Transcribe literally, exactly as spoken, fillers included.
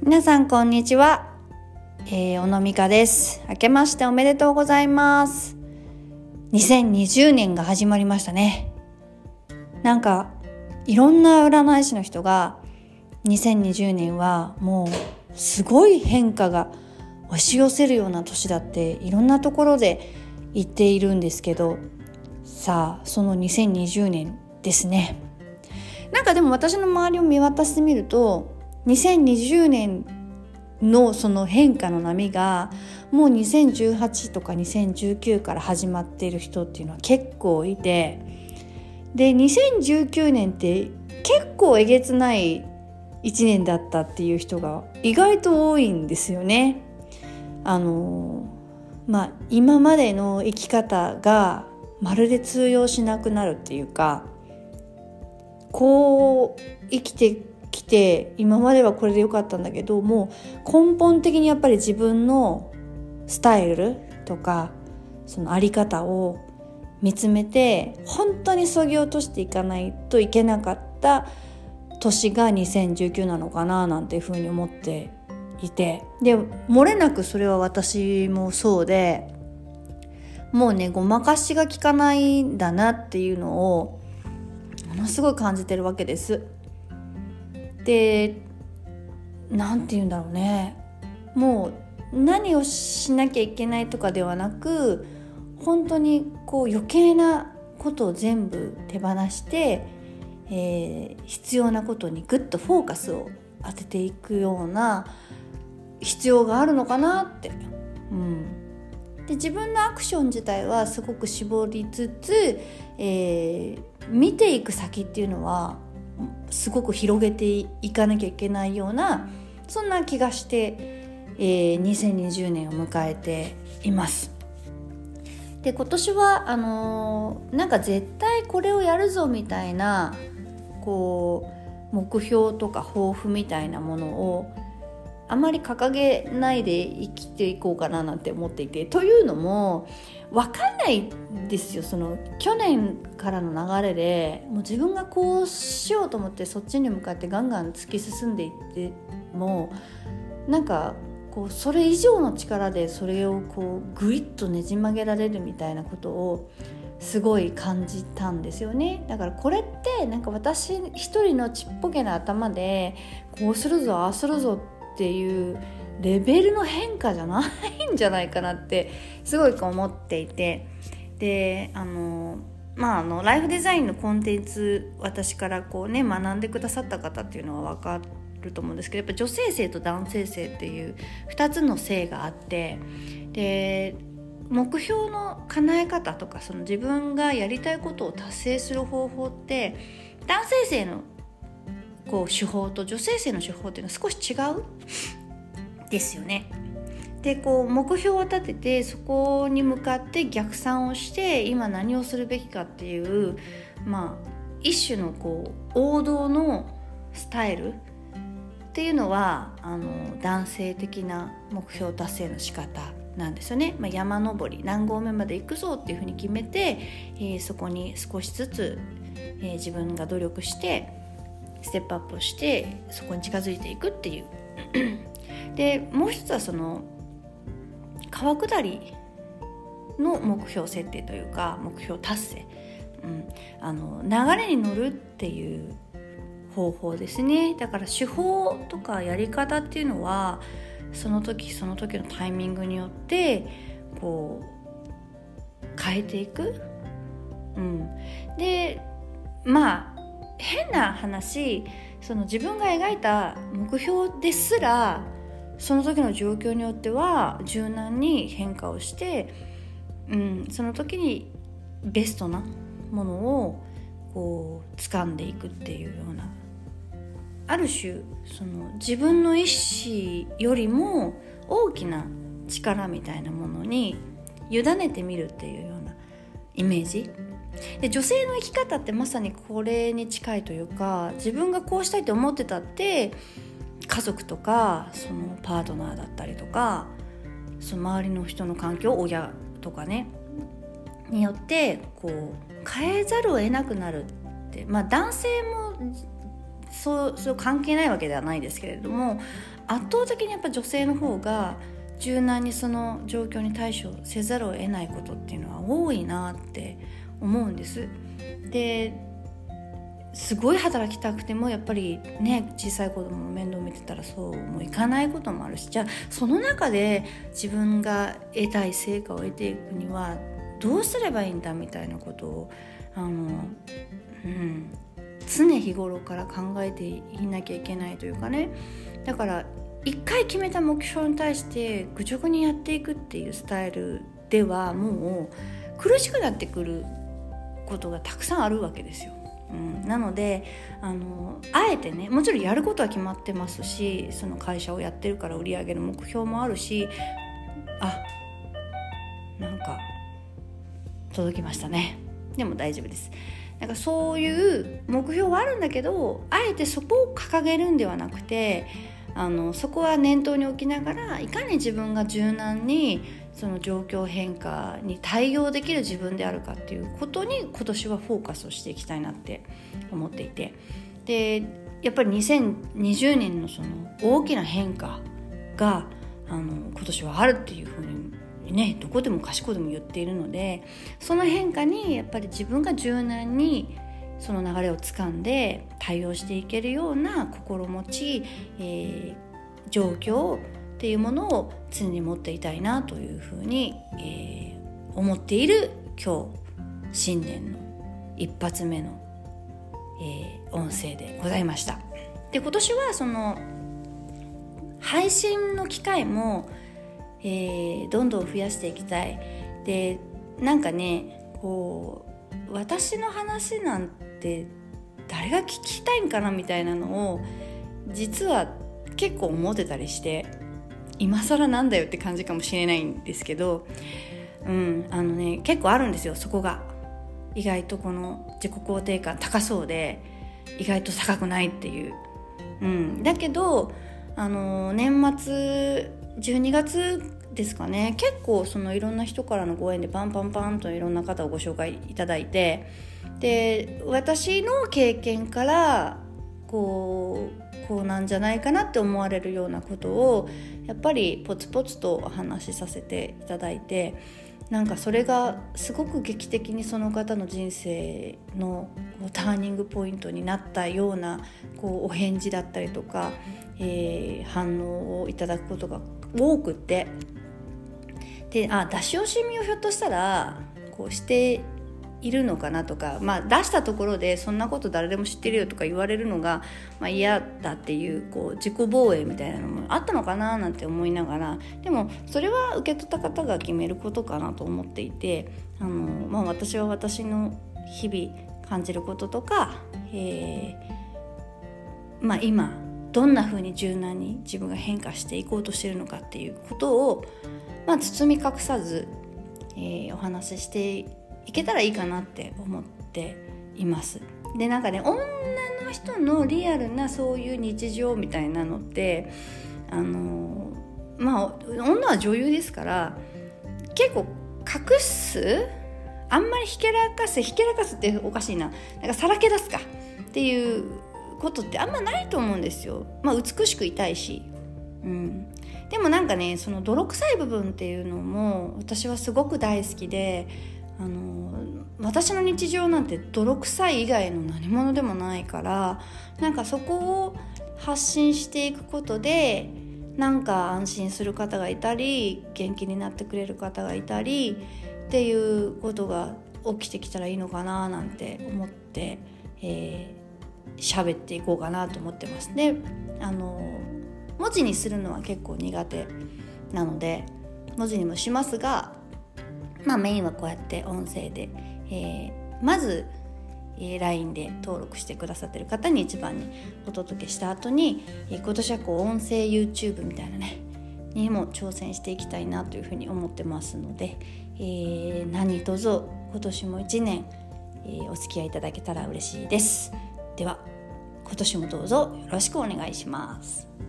皆さんこんにちは、えー、小野美香です。明けましておめでとうございます。にせんにじゅうねんが始まりましたね。なんかいろんな占い師の人がにせんにじゅうねんはもうすごい変化が押し寄せるような年だっていろんなところで言っているんですけど、さあそのにせんにじゅうねんですね。なんかでも私の周りを見渡してみるとにせんにじゅうねんのその変化の波がもうにせんじゅうはちとかにせんじゅうきゅうから始まっている人っていうのは結構いて、でにせんじゅうきゅうねんって結構えげつないいちねんだったっていう人が意外と多いんですよね。あのまあ今までの生き方がまるで通用しなくなるっていうか、こう生きてきて今まではこれで良かったんだけど、もう根本的にやっぱり自分のスタイルとかそのあり方を見つめて本当に削ぎ落としていかないといけなかった年がにせんじゅうきゅうなのかななんていうふうに思っていて、で漏れなくそれは私もそうで、もうねごまかしが効かないんだなっていうのをものすごい感じてるわけです。で、なんて言うんだろうね、もう何をしなきゃいけないとかではなく、本当にこう余計なことを全部手放して、えー、必要なことにグッとフォーカスを当てていくような必要があるのかなって、うん、で自分のアクション自体はすごく絞りつつ、えー、見ていく先っていうのはすごく広げていかなきゃいけないような、そんな気がして、えー、にせんにじゅうねんを迎えています。で今年はあのー、なんか絶対これをやるぞみたいなこう目標とか抱負みたいなものをあまり掲げないで生きていこうかななんて思っていて、というのも分かんないんですよ。その去年からの流れでもう自分がこうしようと思ってそっちに向かってガンガン突き進んでいっても、なんかこうそれ以上の力でそれをこうグイッとねじ曲げられるみたいなことをすごい感じたんですよね。だからこれってなんか私一人のちっぽけな頭でこうするぞああするぞっていうレベルの変化じゃないんじゃないかなってすごい思っていて、であのまああのライフデザインのコンテンツ私からこうね学んでくださった方っていうのは分かると思うんですけど、やっぱ女性性と男性性っていうふたつの性があって、で目標の叶え方とかその自分がやりたいことを達成する方法って男性性のこう手法と女性性の手法っていうのは少し違うですよね。でこう目標を立ててそこに向かって逆算をして今何をするべきかっていう、まあ一種のこう王道のスタイルっていうのはあの男性的な目標達成の仕方なんですよね。まあ、山登り何合目まで行くぞっていうふうに決めて、えー、そこに少しずつ、えー、自分が努力してステップアップをしてそこに近づいていくっていうでもう一つはその川下りの目標設定というか目標達成、うん、あの流れに乗るっていう方法ですね。だから手法とかやり方っていうのはその時その時のタイミングによってこう変えていく、うん、でまあ変な話、その自分が描いた目標ですらその時の状況によっては柔軟に変化をして、うん、その時にベストなものをこう掴んでいくっていうような、ある種その自分の意思よりも大きな力みたいなものに委ねてみるっていうようなイメージで、女性の生き方ってまさにこれに近いというか、自分がこうしたいと思ってたって家族とかそのパートナーだったりとかその周りの人の環境、親とかねによってこう変えざるを得なくなるって、まあ男性もそうそう関係ないわけではないですけれども、圧倒的にやっぱ女性の方が柔軟にその状況に対処せざるを得ないことっていうのは多いなって思うんです。ですごい働きたくてもやっぱりね、小さい子供の面倒見てたらそうもいかないこともあるし、じゃあその中で自分が得たい成果を得ていくにはどうすればいいんだみたいなことをあの、うん、常日頃から考えていなきゃいけないというかね。だから一回決めた目標に対して愚直にやっていくっていうスタイルではもう苦しくなってくることがたくさんあるわけですよ。うん、なのであのあえてね、もちろんやることは決まってますし、その会社をやってるから売り上げの目標もあるし、あ、なんか届きましたね。でも大丈夫です。なんかそういう目標はあるんだけど、あえてそこを掲げるんではなくて、あのそこは念頭に置きながら、いかに自分が柔軟にその状況変化に対応できる自分であるかっていうことに今年はフォーカスをしていきたいなって思っていて、でやっぱりにせんにじゅうねんのその大きな変化があの今年はあるっていうふうにね、どこでもかしこでも言っているので、その変化にやっぱり自分が柔軟にその流れをつかんで対応していけるような心持ち、えー、状況っていうものを常に持っていたいなというふうに、えー、思っている今日新年の一発目の、えー、音声でございました。で今年はその配信の機会も、えー、どんどん増やしていきたい。でなんかね、こう私の話なんて誰が聞きたいんかなみたいなのを実は結構思ってたりして、今更なんだよって感じかもしれないんですけど、うんあのね結構あるんですよ。そこが意外とこの自己肯定感高そうで意外と高くないっていう、うん、だけどあの年末じゅうにがつですかね、結構そのいろんな人からのご縁でパンパンパンといろんな方をご紹介いただいて、で私の経験からこうこうなんじゃないかなって思われるようなことをやっぱりポツポツとお話しさせていただいて、なんかそれがすごく劇的にその方の人生のターニングポイントになったようなこうお返事だったりとか、えー、反応をいただくことが多くて、であ出し惜しみをひょっとしたらこうしているのかなとか、まあ、出したところでそんなこと誰でも知ってるよとか言われるのが、まあ、嫌だっていう、こう自己防衛みたいなのもあったのかななんて思いながら、でもそれは受け取った方が決めることかなと思っていて、あの、まあ、私は私の日々感じることとか、えーまあ、今どんな風に柔軟に自分が変化していこうとしているのかっていうことを、まあ、包み隠さず、えー、お話ししていけたらいいかなって思っています。でなんかね、女の人のリアルなそういう日常みたいなのってあのまあ女は女優ですから結構隠す、あんまりひけらかすひけらかすっておかしいな、なんかさらけ出すかっていうことってあんまないと思うんですよ。まあ美しくいたいし、うん、でもなんかね、その泥臭い部分っていうのも私はすごく大好きで、あの私の日常なんて泥臭い以外の何物でもないから、なんかそこを発信していくことでなんか安心する方がいたり元気になってくれる方がいたりっていうことが起きてきたらいいのかななんて思って、えー、喋っていこうかなと思ってます。で、あの文字にするのは結構苦手なので文字にもしますが、まあメインはこうやって音声で、えー、まず、えー、ライン で登録してくださってる方に一番にお届けした後に、えー、今年はこう音声 YouTube みたいなねにも挑戦していきたいなというふうに思ってますので、えー、何卒今年もいちねん、えー、お付き合いいただけたら嬉しいです。では今年もどうぞよろしくお願いします。